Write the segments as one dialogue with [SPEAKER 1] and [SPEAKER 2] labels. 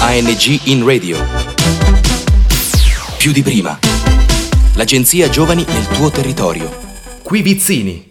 [SPEAKER 1] ANG in Radio. Più di prima. L'agenzia Giovani nel tuo territorio. Qui Vizzini.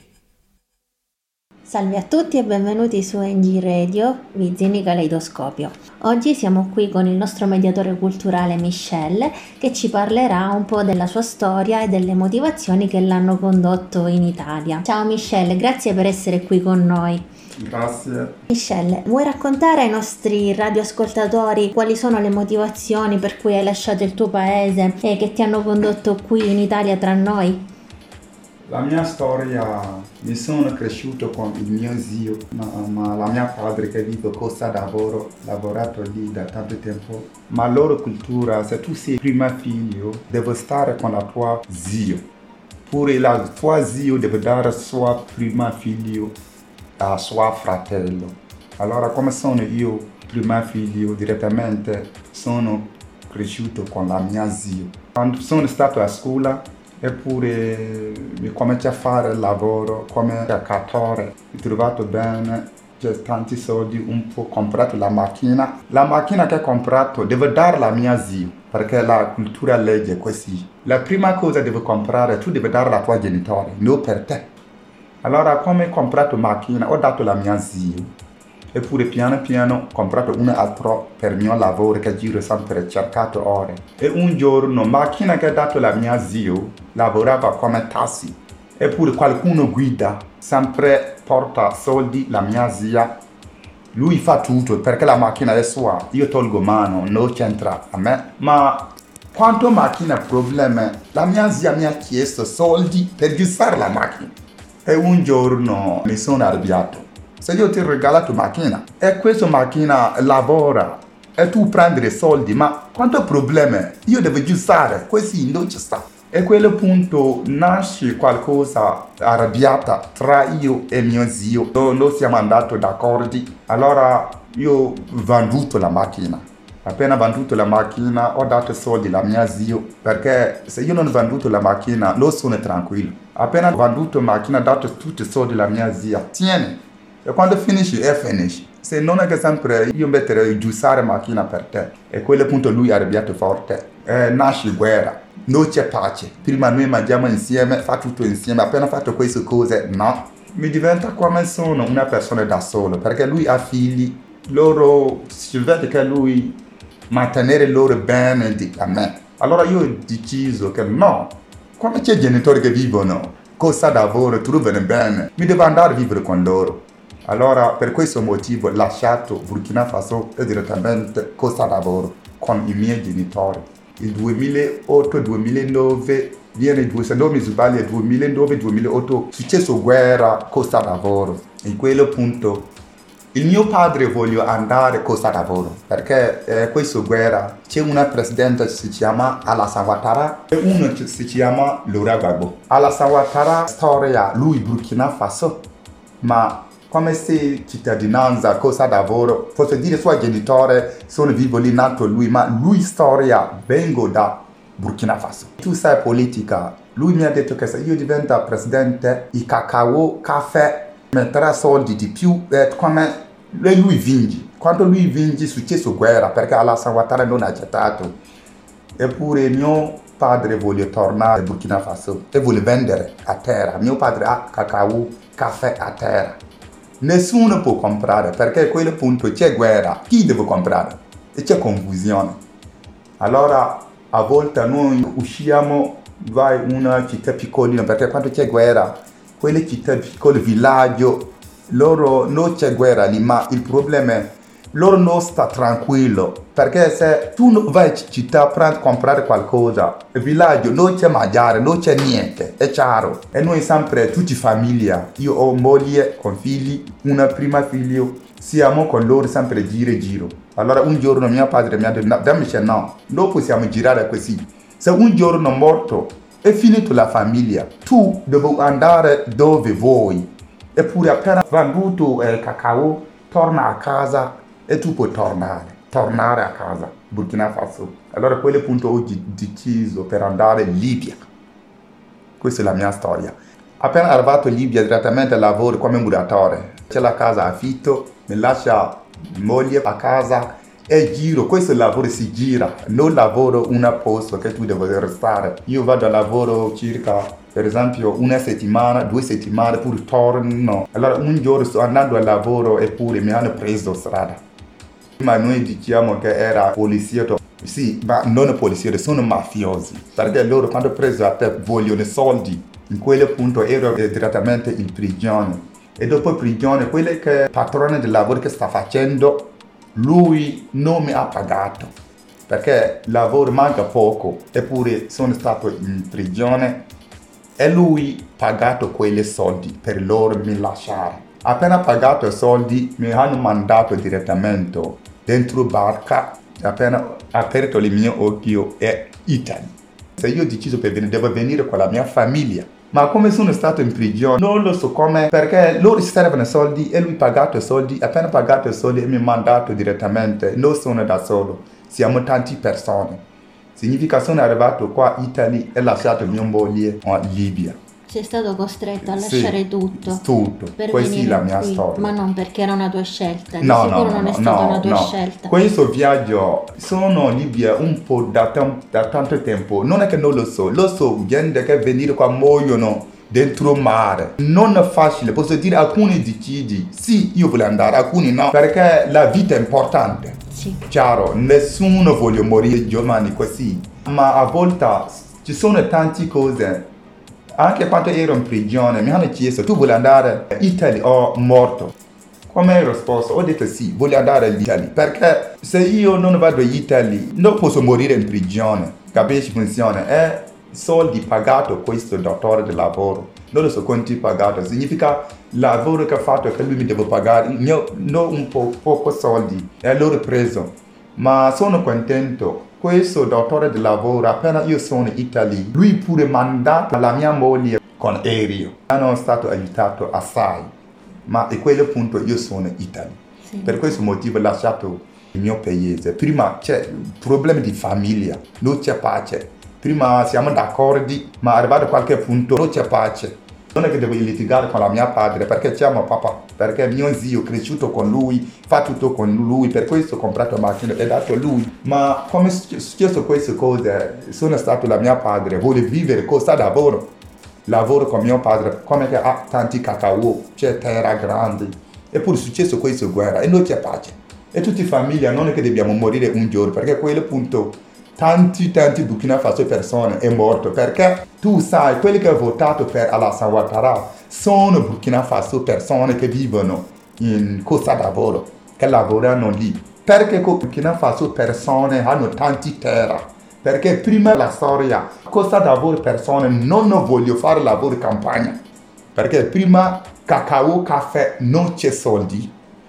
[SPEAKER 2] Salve a tutti e benvenuti su ANG Radio, Vizzini Caleidoscopio. Oggi siamo qui con il nostro mediatore culturale Michel, che ci parlerà un po' della sua storia e delle motivazioni che l'hanno condotto in Italia. Ciao Michel, grazie per essere qui con noi.
[SPEAKER 3] Grazie.
[SPEAKER 2] Michel, vuoi raccontare ai nostri radioascoltatori quali sono le motivazioni per cui hai lasciato il tuo paese e che ti hanno condotto qui in Italia tra noi?
[SPEAKER 3] La mia storia, mi sono cresciuto con il mio zio, ma la mia padre che vive a Costa d'Avorio, lavorato lì da tanto tempo. Ma la loro cultura, se tu sei primo figlio, devi stare con la tua zio. Pure il tuo zio deve dare suo primo figlio a suo fratello. Allora come sono io primo figlio, direttamente sono cresciuto con la mia zio. Quando sono stato a scuola, eppure mi cominciai a fare il lavoro come calciatore, mi trovato bene, c'è tanti soldi, un po' comprato la macchina. La macchina che ho comprato devo darla a mia zio, perché la cultura legge così. La prima cosa che devo comprare, tu devi darla ai tuoi genitori, non per te. Allora come ho comprato macchina, ho dato la mia zio. Eppure piano piano ho comprato un altro per il mio lavoro che giro sempre cercato ore. E un giorno macchina che ha dato la mia zio lavorava come tassi. Eppure qualcuno guida, sempre porta soldi la mia zia. Lui fa tutto perché la macchina è sua. Io tolgo mano, non c'entra a me. Ma quanto macchina problema, la mia zia mi ha chiesto soldi per aggiustare la macchina. E un giorno mi sono arrabbiato. Se io ti ho regalato macchina e questa macchina lavora e tu prendi i soldi, ma quanto problema? Io devo aggiustare, così non ci sta. E a quel punto nasce qualcosa arrabbiata tra io e mio zio. Non siamo andati d'accordo. Allora io ho venduto la macchina. Appena venduto la macchina ho dato soldi alla mia zio, perché se io non ho venduto la macchina non sono tranquillo. Appena venduto la macchina ho dato tutti i soldi alla mia zia. Tieni. E quando finisci, è finisci. Se non è che sempre io metterei a aggiustare la macchina per te. E a quel punto lui è arrabbiato forte. Nasce guerra. Non c'è pace. Prima noi mangiamo insieme, fa tutto insieme. Appena fatto queste cose, no. Mi diventa come sono una persona da solo. Perché lui ha figli. Loro, si vede che lui mantenere loro bene a me. Allora io ho deciso che no. Come c'è genitori che vivono, Costa d'Avorio, trovano bene. Mi devo andare a vivere con loro. Allora per questo motivo ho lasciato Burkina Faso e direttamente Costa d'Avorio con i miei genitori. Il 2008-2009, se non mi sbaglio, 2009-2008 è successo guerra Costa d'Avorio. In quel punto il mio padre voglio andare a Costa d'Avorio perché questa guerra c'è una presidente che si chiama Alassane Ouattara e uno che si chiama Laurent Gbagbo. Alassane Ouattara storia lui Burkina Faso, ma come se cittadinanza, Costa d'Avorio, posso dire suoi genitori sono vivo lì, nato lui, ma lui storia vengo da Burkina Faso. Tu sai politica, lui mi ha detto che se io divento presidente, il cacao, caffè, metterà soldi di più, come lui vince. Quando lui vince è successo guerra perché Alassane Ouattara non ha accettato. Eppure mio padre vuole tornare a Burkina Faso e vuole vendere a terra. Mio padre ha cacao, caffè a terra. Nessuno può comprare perché a quel punto c'è guerra. Chi deve comprare? E c'è confusione. Allora a volte noi usciamo, vai in una città piccolina perché quando c'è guerra, quelle città piccole, villaggio, loro non c'è guerra lì, ma il problema è loro non sta tranquillo perché se tu vai in città per comprare qualcosa, il villaggio non c'è mangiare, non c'è niente, è chiaro. E noi sempre, tutti famiglia, io ho moglie con figli, una prima figlio, siamo con loro sempre giro. Allora un giorno mio padre mi ha detto, no, non possiamo girare così. Se un giorno morto è finito la famiglia, tu devi andare dove vuoi. Eppure appena venduto il cacao, torna a casa e tu puoi tornare a casa, Burkina Faso. Allora a quel punto ho deciso per andare in Libia. Questa è la mia storia. Appena arrivato in Libia direttamente lavoro come muratore. C'è la casa affitto, mi lascia moglie a casa E giro, questo lavoro si gira, non lavoro un posto che tu devi restare. Io vado a lavoro circa, per esempio, 1 settimana, 2 settimane, poi torno. Allora un giorno sto andando al lavoro eppure mi hanno preso strada. Ma noi diciamo che era poliziotto. Sì, ma non poliziotto, sono mafiosi. Perché loro quando preso a te vogliono soldi. In quel punto ero direttamente in prigione. E dopo prigione, quello che il padrone del lavoro che sta facendo, lui non mi ha pagato. Perché il lavoro manca poco. Eppure sono stato in prigione. E lui ha pagato quei soldi per loro mi lasciare. Appena pagato i soldi, mi hanno mandato direttamente dentro barca. Appena aperto i miei occhi è Italia. Se io ho deciso per venire, devo venire con la mia famiglia. Ma come sono stato in prigione, non lo so come, perché loro servono soldi e lui ha pagato i soldi. Appena pagato i soldi mi ha mandato direttamente. Non sono da solo, siamo tante persone. Significa sono arrivato qua in Italia e lasciato mia moglie in Libia.
[SPEAKER 2] Sei stato costretto a lasciare tutto.
[SPEAKER 3] Tutto,
[SPEAKER 2] per
[SPEAKER 3] questa è la mia
[SPEAKER 2] qui.
[SPEAKER 3] storia.
[SPEAKER 2] Ma non perché era una tua scelta, di
[SPEAKER 3] No,
[SPEAKER 2] sicuro non è stata una tua scelta.
[SPEAKER 3] Questo viaggio, sono in Libia un po' da tanto tempo, non è che non lo so, gente che venire qua muoiono dentro il mare. Non è facile, posso dire alcuni decidi, sì, io voglio andare, alcuni no, perché la vita è importante.
[SPEAKER 2] Sì.
[SPEAKER 3] Chiaro, nessuno vuole morire giovani così, ma a volte ci sono tante cose. Anche quando ero in prigione mi hanno chiesto, tu vuoi andare in Italia o morto? Come ho risposto? Ho detto sì, voglio andare in Italia, perché se io non vado in Italia non posso morire in prigione, capisci funziona? E soldi pagato questo dottore del lavoro, non lo so quanti pagato, significa il lavoro che ha fatto che lui mi deve pagare, non un po' poco soldi, e allora ho preso, ma sono contento. Questo dottore del lavoro, appena io sono in Italia, lui pure mandato la mia moglie con aereo. Hanno stato aiutato assai, ma a quel punto io sono in Italia.
[SPEAKER 2] Sì.
[SPEAKER 3] Per questo motivo ho lasciato il mio paese. Prima c'è problemi di famiglia, non c'è pace. Prima siamo d'accordo, ma arrivato a qualche punto non c'è pace. Non è che devo litigare con la mia padre perché chiamo papà, perché mio zio è cresciuto con lui, fa tutto con lui, per questo ho comprato la macchina e dato a lui. Ma come è successo queste cose, sono stato la mia padre, vuole vivere cosa lavoro con mio padre, come che ha tanti cacao, c'è terra grande, eppure è successo questa guerra e non c'è pace. E tutti famiglia non è che dobbiamo morire un giorno, perché a quel punto tanti Burkina Faso persone è morto, perché tu sai, quelli che hanno votato per Alassane Ouattara sono Burkina Faso persone che vivono in Costa d'Avorio, che lavorano lì. Perché Burkina Faso persone hanno tanti terra, perché prima la storia, Costa d'Avorio persone non vogliono fare lavoro in campagna, perché prima cacao, caffè, non c'è soldi.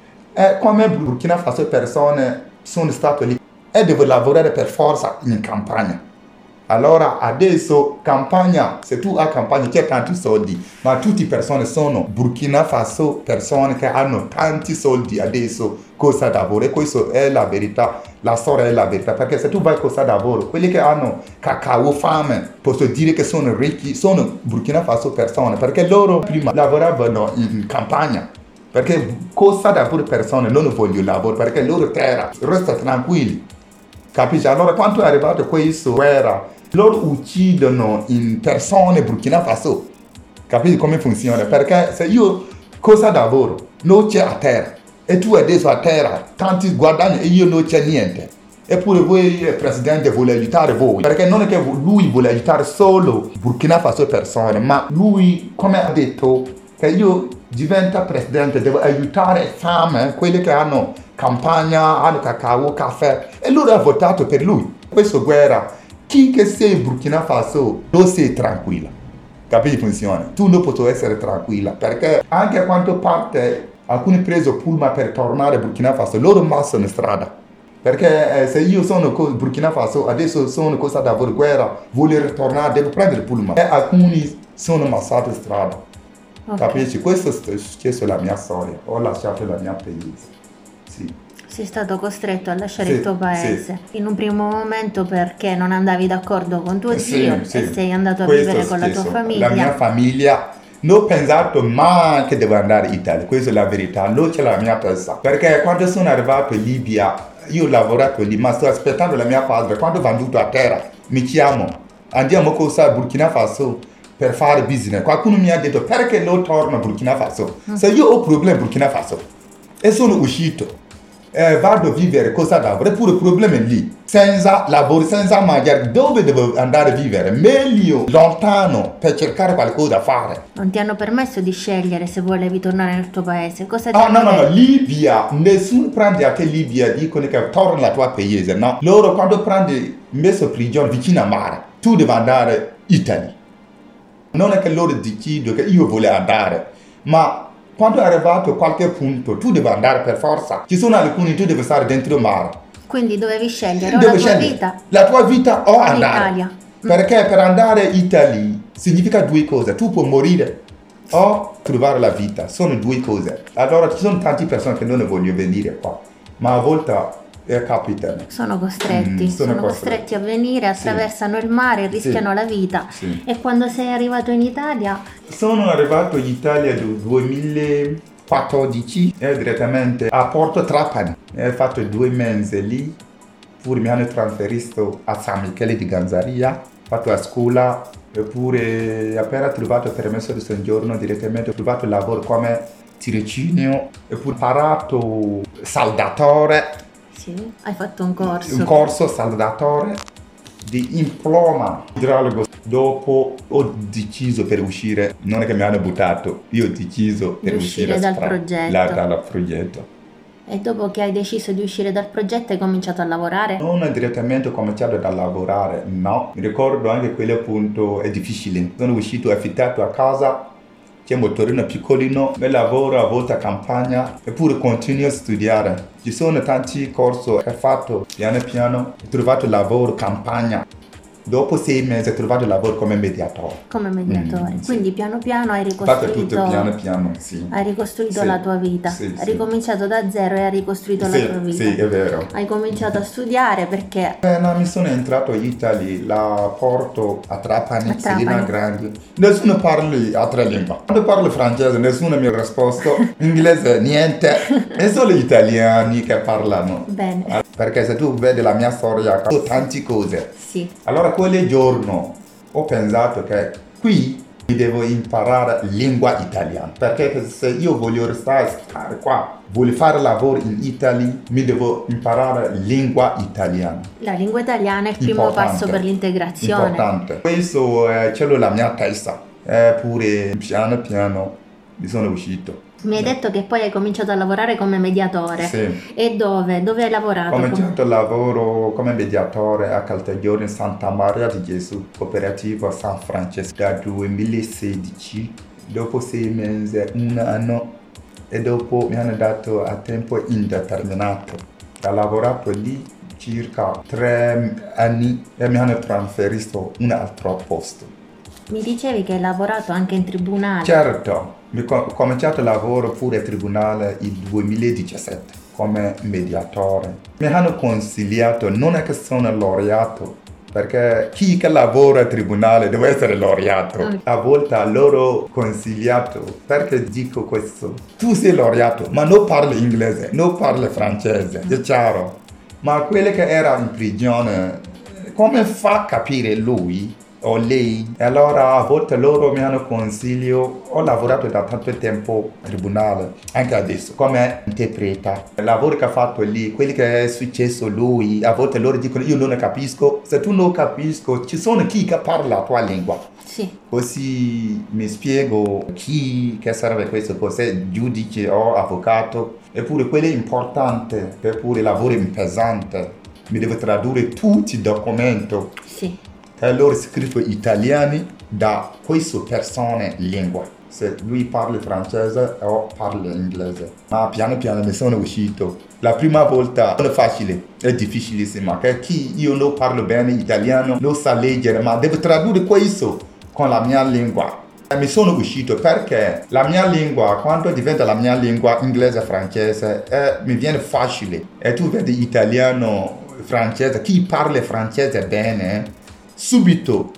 [SPEAKER 3] E come Burkina Faso persone sono state lì e devo lavorare per forza in campagna. Allora adesso campagna, se tu hai campagna c'è tanti soldi, ma tutte le persone sono Burkina Faso, persone che hanno tanti soldi adesso, Costa d'Avorio, e questa è la verità, la storia è la verità, perché se tu vai a Costa d'Avorio, quelli che hanno cacao, fame, posso dire che sono ricchi, sono Burkina Faso persone, perché loro prima lavoravano in campagna. Perché Costa d'Avorio persone non vogliono lavoro, perché loro terra, resta tranquilli. Capisci? Allora quando è arrivato questa guerra, loro uccidono in persone Burkina Faso. Capisci come funziona? Perché se io Costa d'Avorio non c'è a terra e tu adesso a terra, tanti guadagni e io non c'è niente. Eppure voi, presidente, vuole aiutare voi. Perché non è che lui vuole aiutare solo Burkina Faso persone, ma lui, come ha detto, che io diventa presidente, devo aiutare fame, quelli che hanno campagna, hanno cacao, caffè, e loro hanno votato per lui. Questa guerra, chi che sei Burkina Faso non sei tranquilla, capisci funziona? Tu non puoi essere tranquilla, perché anche quando parte, alcuni preso pullman per tornare a Burkina Faso, loro ammassano in strada. Perché se io sono Burkina Faso, adesso sono Costa d'Avorio, guerra, voglio tornare, devo prendere il pullman. E alcuni sono ammassati in strada. Okay. Capisci? Questo è successo la mia storia. Ho lasciato la mia paese. Sì.
[SPEAKER 2] Sei stato costretto a lasciare il tuo paese in un primo momento perché non andavi d'accordo con tuo zio e sei andato a vivere con la tua famiglia.
[SPEAKER 3] La mia famiglia non ho pensato mai che devo andare in Italia, questa è la verità, non c'è la mia testa. Perché quando sono arrivato in Libia io ho lavorato lì, ma sto aspettando la mia padre. Quando ho venduto a terra, mi chiamo, andiamo cosa a Burkina Faso per fare business. Qualcuno mi ha detto perché non torno a Burkina Faso? Se io ho problemi a Burkina Faso e sono uscito, vado a vivere cosa da lavoro, eppure il problema è lì, senza lavoro, senza mangiare, dove devo andare a vivere? Meglio lontano per cercare qualcosa da fare.
[SPEAKER 2] Non ti hanno permesso di scegliere se volevi tornare nel tuo paese? Cosa ti
[SPEAKER 3] Ah
[SPEAKER 2] hanno
[SPEAKER 3] no,
[SPEAKER 2] detto?
[SPEAKER 3] Libia, nessuno prende a che Libia dicono che torna alla tua paese, no? Loro quando prendi messo in prigione vicino a mare, tu devi andare in Italia. Non è che loro decidono che io voglio andare, ma quando è arrivato a qualche punto tu devi andare per forza. Ci sono alcuni tu devi stare dentro il mare.
[SPEAKER 2] Quindi dovevi scegliere o
[SPEAKER 3] Devi
[SPEAKER 2] la tua
[SPEAKER 3] scegliere
[SPEAKER 2] vita
[SPEAKER 3] la tua vita o
[SPEAKER 2] o
[SPEAKER 3] andare.
[SPEAKER 2] l'Italia.
[SPEAKER 3] Perché per andare in Italia significa due cose. Tu puoi morire o trovare la vita. Sono due cose. Allora ci sono tante persone che non vogliono venire qua, ma a volte capitano.
[SPEAKER 2] Sono costretti, sono costretti a venire, attraversano il mare, rischiano la vita.
[SPEAKER 3] Sì.
[SPEAKER 2] E quando sei arrivato in Italia?
[SPEAKER 3] Sono arrivato in Italia nel 2014 direttamente a Porto Trapani. Ho fatto 2 mesi lì, poi mi hanno trasferito a San Michele di Ganzaria, ho fatto la scuola, eppure appena trovato il permesso di soggiorno direttamente ho trovato lavoro come tirocinio, e poi ho imparato saldatore.
[SPEAKER 2] Sì, hai fatto un corso.
[SPEAKER 3] Un corso saldatore di diploma idraulico. Dopo ho deciso per uscire, non è che mi hanno buttato, io ho deciso per uscire
[SPEAKER 2] dal progetto.
[SPEAKER 3] Dal progetto.
[SPEAKER 2] E dopo che hai deciso di uscire dal progetto hai cominciato a lavorare?
[SPEAKER 3] Non direttamente ho cominciato a lavorare, no. Mi ricordo anche quello appunto è difficile. Sono uscito affittato a casa, c'è un motorino piccolino, e lavoro a volte a campagna, eppure continuo a studiare. Ci sono tanti corsi che ho fatto, piano piano, ho trovato lavoro, campagna. Dopo 6 mesi ho trovato lavoro come mediatore.
[SPEAKER 2] Come mediatore.
[SPEAKER 3] Sì.
[SPEAKER 2] Quindi piano piano hai
[SPEAKER 3] Ho fatto tutto
[SPEAKER 2] ricostruito,
[SPEAKER 3] piano piano, sì.
[SPEAKER 2] hai ricostruito
[SPEAKER 3] Sì.
[SPEAKER 2] la tua vita.
[SPEAKER 3] Sì,
[SPEAKER 2] Hai
[SPEAKER 3] sì.
[SPEAKER 2] ricominciato da zero e hai ricostruito la tua vita.
[SPEAKER 3] Sì, è vero.
[SPEAKER 2] Hai cominciato a studiare perché
[SPEAKER 3] Appena mi sono entrato in Italia, la porto a Trapani,
[SPEAKER 2] A Trapani.
[SPEAKER 3] Selina Grande. Nessuno parla altre lingue. Quando parlo francese nessuno mi ha risposto, inglese niente, è solo gli italiani che parlano.
[SPEAKER 2] bene.
[SPEAKER 3] Perché se tu vedi la mia storia, ho tante cose.
[SPEAKER 2] Sì.
[SPEAKER 3] Allora quel giorno ho pensato che qui mi devo imparare lingua italiana, perché se io voglio stare qua, voglio fare lavoro in Italia, mi devo imparare lingua italiana.
[SPEAKER 2] La lingua italiana è il primo
[SPEAKER 3] Importante.
[SPEAKER 2] passo per l'integrazione.
[SPEAKER 3] Importante. Questo ce l'ho la mia testa, eppure piano piano mi sono uscito.
[SPEAKER 2] Mi hai detto che poi hai cominciato a lavorare come mediatore.
[SPEAKER 3] Sì.
[SPEAKER 2] E dove? Dove hai lavorato?
[SPEAKER 3] Ho cominciato lavoro come mediatore a Caltagirone, Santa Maria di Gesù, cooperativa San Francesco dal 2016. Dopo 6 mesi, 1 anno, e dopo mi hanno dato a tempo indeterminato. Ho lavorato lì circa 3 anni e mi hanno trasferito in un altro posto.
[SPEAKER 2] Mi dicevi che hai lavorato anche in tribunale.
[SPEAKER 3] Certo, ho cominciato il lavoro pure al tribunale nel 2017 come mediatore. Mi hanno consigliato, non è che sono laureato, perché chi che lavora al tribunale deve essere laureato. A volte loro ho consigliato, perché dico questo? Tu sei laureato, ma non parli inglese, non parli francese, è chiaro. Ma quello che era in prigione, come fa a capire lui o lei? E allora a volte loro mi hanno consiglio, ho lavorato da tanto tempo al tribunale, anche adesso, come interpreta. Il lavoro che ha fatto lì, quello che è successo a lui, a volte loro dicono io non ne capisco, se tu non capisco ci sono chi che parla la tua lingua.
[SPEAKER 2] Sì.
[SPEAKER 3] Così mi spiego chi che serve questo, cos'è giudice o avvocato, eppure quello è importante, eppure il lavoro è pesante, mi devo tradurre tutti i documenti.
[SPEAKER 2] Sì.
[SPEAKER 3] E loro scrivono italiani da queste persone lingua. Se lui parla francese o parla inglese. Ma piano piano ne sono uscito. La prima volta non è facile, è difficilissima. Perché chi io non parlo bene italiano, non sa leggere, ma devo tradurre questo con la mia lingua. E mi sono uscito perché la mia lingua, quando diventa la mia lingua inglese e francese, mi viene facile. E tu vedi italiano, francese, chi parla francese bene, subito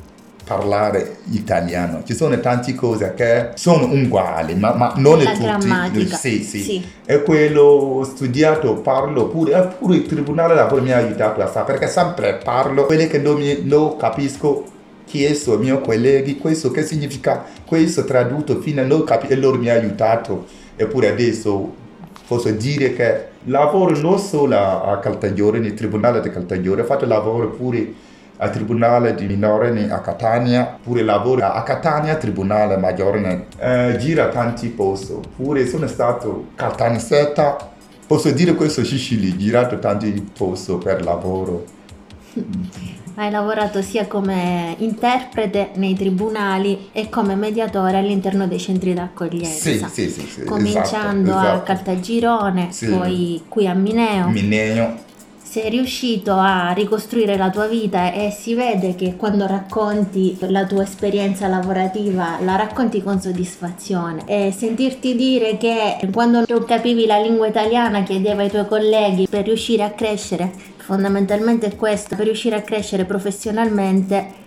[SPEAKER 3] parlare italiano. Ci sono tante cose che sono uguali, ma non
[SPEAKER 2] La
[SPEAKER 3] è tutti.
[SPEAKER 2] grammatica.
[SPEAKER 3] Sì. E quello ho studiato, parlo pure il tribunale del lavoro mi ha aiutato a fare, perché sempre parlo, quelli che non capisco, chiesto ai miei colleghi questo che significa, questo tradotto fino a non capire, e loro mi hanno aiutato. Eppure adesso posso dire che lavoro non solo a Caltagirone, nel tribunale di Caltagirone, ho fatto lavoro pure al tribunale di minorenni a Catania, pure lavoro a Catania, tribunale maggiorenne, gira tanti posti, pure sono stato a Caltanissetta, posso dire questo Sicilia, girato tanti posti per lavoro.
[SPEAKER 2] Hai lavorato sia come interprete nei tribunali e come mediatore all'interno dei centri d'accoglienza.
[SPEAKER 3] Sì,
[SPEAKER 2] cominciando
[SPEAKER 3] esatto.
[SPEAKER 2] a Caltagirone,
[SPEAKER 3] Sì.
[SPEAKER 2] poi qui a Mineo.
[SPEAKER 3] Mineo.
[SPEAKER 2] Sei riuscito a ricostruire la tua vita e si vede che quando racconti la tua esperienza lavorativa la racconti con soddisfazione, e sentirti dire che quando non capivi la lingua italiana chiedevi ai tuoi colleghi per riuscire a crescere, fondamentalmente è questo, per riuscire a crescere professionalmente,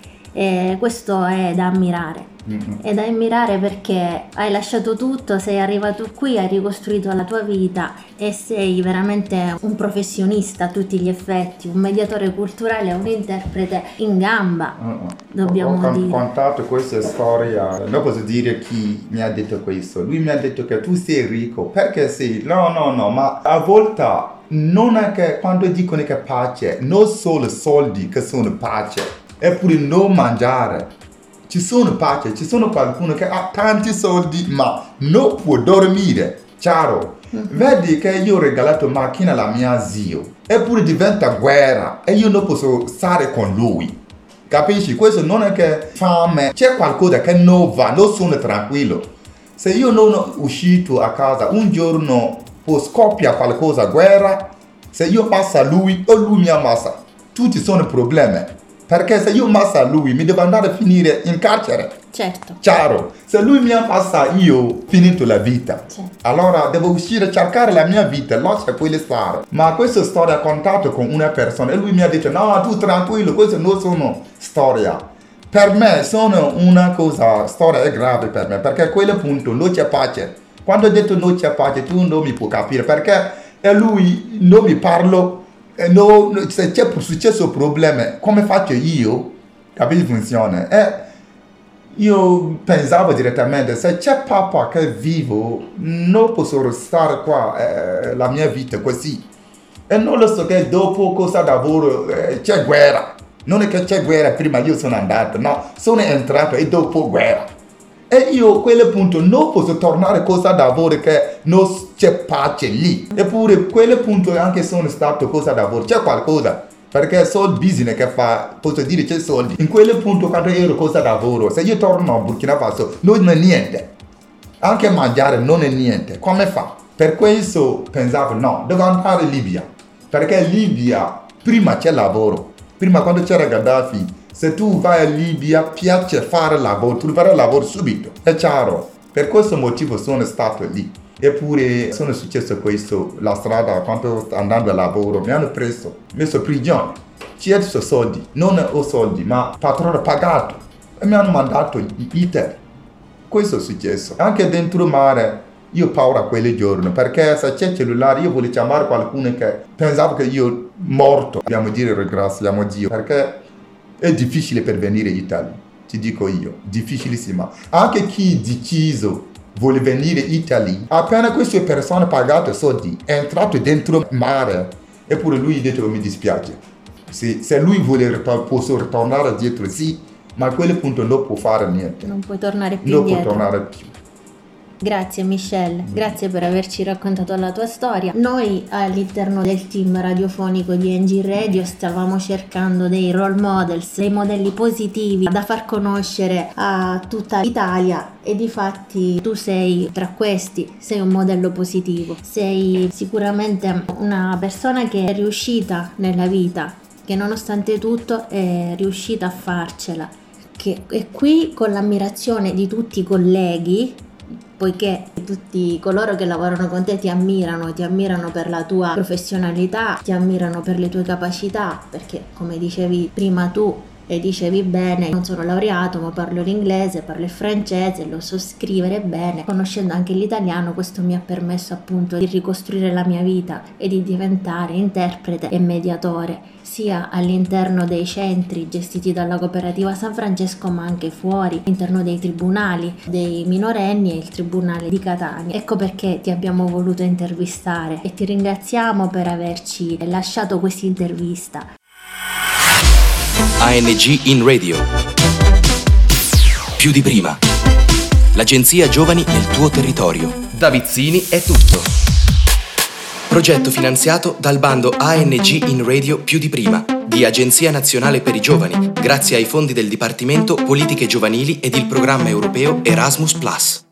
[SPEAKER 2] questo è da ammirare. È da ammirare perché hai lasciato tutto, sei arrivato qui, hai ricostruito la tua vita e sei veramente un professionista a tutti gli effetti, un mediatore culturale, un interprete in gamba, dobbiamo dire.
[SPEAKER 3] Ho contato questa storia, non posso dire chi mi ha detto questo. Lui mi ha detto che tu sei ricco, perché sei? No, ma a volte non è che quando dicono che pace, non solo soldi che sono pace, eppure non mangiare. Ci sono pace, ci sono qualcuno che ha tanti soldi ma non può dormire. Chiaro, vedi che io ho regalato macchina alla mia zio, eppure diventa guerra e io non posso stare con lui. Capisci? Questo non è che fame, c'è qualcosa che non va, non sono tranquillo. Se io non ho uscito a casa un giorno può scoppiare qualcosa, guerra, se io ammazzo lui o lui mi ammazza, tutti sono problemi. Perché se io ammazzo lui mi devo andare a finire in carcere.
[SPEAKER 2] Certo.
[SPEAKER 3] Chiaro, se lui mi ammazza io ho finito la vita.
[SPEAKER 2] Certo.
[SPEAKER 3] Allora devo uscire a cercare la mia vita, lascia quelle stare. Ma questa storia ho contato con una persona e lui mi ha detto no, tu tranquillo, queste non sono storia. Per me sono una cosa, storia è grave per me, perché a quel punto non c'è pace. Quando ho detto non c'è pace tu non mi puoi capire, perché e lui non mi parlo. No, se c'è successo un problema, come faccio io? Capisci funziona? Io pensavo direttamente, se c'è papà che vivo, non posso stare qua la mia vita così. E non lo so che dopo cosa lavoro c'è guerra. Non è che c'è guerra, prima io sono andato, no, sono entrato e dopo guerra. E io a quel punto non posso tornare a cosa lavoro che non c'è pace lì. Eppure a quel punto anche sono stato cosa lavoro, c'è qualcosa. Perché so il business che fa, posso dire c'è soldi. In quel punto quando ero cosa lavoro, se io torno a Burkina Faso non è niente. Anche mangiare non è niente. Come fa? Per questo pensavo no, devo andare in Libia. Perché in Libia prima c'è lavoro. Prima quando c'era Gheddafi. Se tu vai a Libia, piace fare lavoro, tu farai lavoro subito. È chiaro. Per questo motivo sono stato lì. Eppure sono successo questo, la strada, quando sto andando a lavoro, mi hanno preso, messo in prigione. Chiesto soldi, non ho soldi, ma il patrono ha pagato. E mi hanno mandato in Italia. Questo è successo. Anche dentro il mare, io ho paura quel giorno, perché se c'è cellulare, io volevo chiamare qualcuno che pensavo che io morto. Dobbiamo dire ringraziamo Dio, perché è difficile per venire in Italia, ti dico io, difficilissima. Anche chi deciso vuole venire in Italia, appena queste persone pagato soldi, è entrato dentro il mare, eppure lui ha detto mi dispiace. Se lui vuole posso ritornare dietro, sì, ma a quel punto non può fare niente.
[SPEAKER 2] Non puoi tornare più
[SPEAKER 3] non
[SPEAKER 2] indietro.
[SPEAKER 3] può tornare più.
[SPEAKER 2] Grazie Michelle, grazie per averci raccontato la tua storia. Noi all'interno del team radiofonico di NG Radio stavamo cercando dei role models, dei modelli positivi da far conoscere a tutta l'Italia e difatti tu sei tra questi, sei un modello positivo, sei sicuramente una persona che è riuscita nella vita, che nonostante tutto è riuscita a farcela, che è qui con l'ammirazione di tutti i colleghi, poiché tutti coloro che lavorano con te ti ammirano per la tua professionalità, ti ammirano per le tue capacità, perché come dicevi prima tu, e dicevi bene, non sono laureato ma parlo l'inglese, parlo il francese, lo so scrivere bene, conoscendo anche l'italiano questo mi ha permesso appunto di ricostruire la mia vita e di diventare interprete e mediatore sia all'interno dei centri gestiti dalla cooperativa San Francesco ma anche fuori, all'interno dei tribunali dei minorenni e il tribunale di Catania. Ecco perché ti abbiamo voluto intervistare e ti ringraziamo per averci lasciato questa intervista.
[SPEAKER 1] ANG in Radio. Più di prima. L'agenzia Giovani nel tuo territorio. Da Vizzini è tutto. Progetto finanziato dal bando ANG in Radio Più di prima di Agenzia Nazionale per i Giovani, grazie ai fondi del Dipartimento Politiche Giovanili ed il programma europeo Erasmus+.